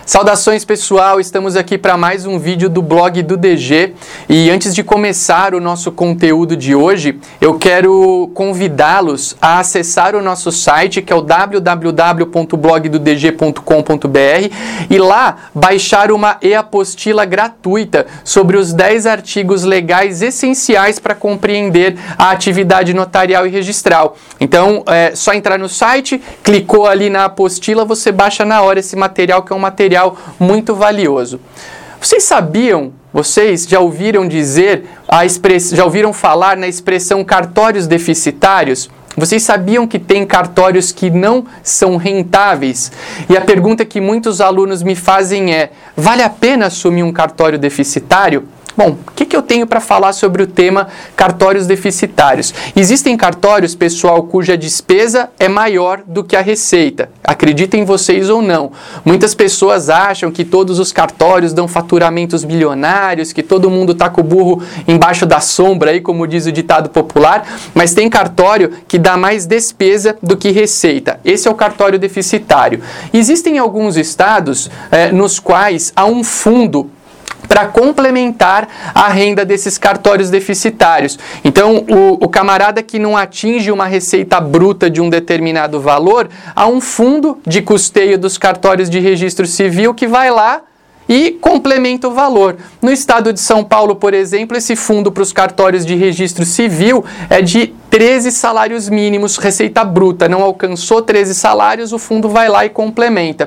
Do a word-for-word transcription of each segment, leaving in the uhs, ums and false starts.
Saudações pessoal, estamos aqui para mais um vídeo do blog do D G e antes de começar o nosso conteúdo de hoje, eu quero convidá-los a acessar o nosso site que é o w w w ponto blog do d g ponto com ponto b r e lá baixar uma e-apostila gratuita sobre os dez artigos legais essenciais para compreender a atividade notarial e registral. Então, é só entrar no site, clicou ali na apostila, você baixa na hora esse material que é um material muito valioso. Vocês sabiam, vocês já ouviram dizer, a express... já ouviram falar na expressão cartórios deficitários? Vocês sabiam que tem cartórios que não são rentáveis? E a pergunta que muitos alunos me fazem é, vale a pena assumir um cartório deficitário? Bom, o que, que eu tenho para falar sobre o tema cartórios deficitários? Existem cartórios, pessoal, cuja despesa é maior do que a receita. Acreditem vocês ou não. Muitas pessoas acham que todos os cartórios dão faturamentos milionários, que todo mundo está com o burro embaixo da sombra, aí, como diz o ditado popular, mas tem cartório que dá mais despesa do que receita. Esse é o cartório deficitário. Existem alguns estados eh, nos quais há um fundo para complementar a renda desses cartórios deficitários. Então, o, o camarada que não atinge uma receita bruta de um determinado valor, há um fundo de custeio dos cartórios de registro civil que vai lá e complementa o valor. No estado de São Paulo, por exemplo, esse fundo para os cartórios de registro civil é de treze salários mínimos, receita bruta. Não alcançou treze salários, o fundo vai lá e complementa.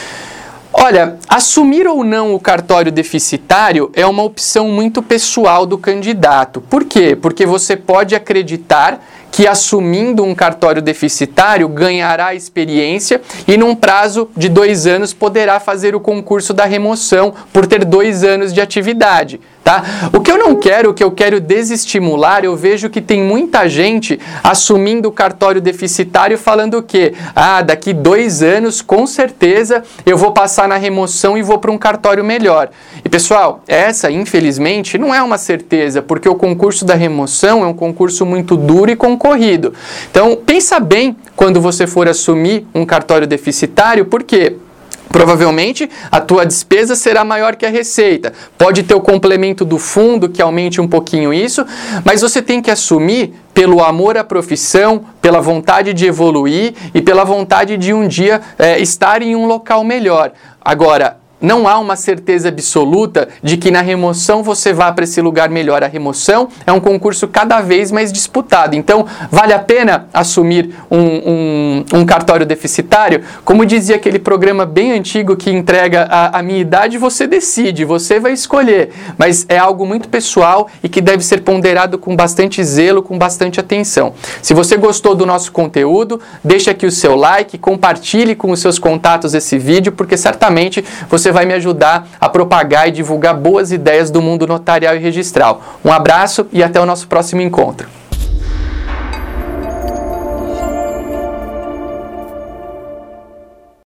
Olha, assumir ou não o cartório deficitário é uma opção muito pessoal do candidato. Por quê? Porque você pode acreditar que assumindo um cartório deficitário ganhará experiência e num prazo de dois anos poderá fazer o concurso da remoção por ter dois anos de atividade. Tá? O que eu não quero, o que eu quero desestimular, eu vejo que tem muita gente assumindo o cartório deficitário falando o quê? Ah, daqui dois anos, com certeza, eu vou passar na remoção e vou para um cartório melhor. E pessoal, essa, infelizmente, não é uma certeza, porque o concurso da remoção é um concurso muito duro e concorrido. Então, pensa bem quando você for assumir um cartório deficitário, por quê? Provavelmente a tua despesa será maior que a receita. Pode ter o complemento do fundo que aumente um pouquinho isso, mas você tem que assumir pelo amor à profissão, pela vontade de evoluir e pela vontade de um dia é, estar em um local melhor. Agora, não há uma certeza absoluta de que na remoção você vá para esse lugar melhor. A remoção é um concurso cada vez mais disputado. Então, vale a pena assumir um, um, um cartório deficitário? Como dizia aquele programa bem antigo que entrega a, a minha idade, você decide, você vai escolher. Mas é algo muito pessoal e que deve ser ponderado com bastante zelo, com bastante atenção. Se você gostou do nosso conteúdo, deixa aqui o seu like, compartilhe com os seus contatos esse vídeo, porque certamente você vai me ajudar a propagar e divulgar boas ideias do mundo notarial e registral. Um abraço e até o nosso próximo encontro.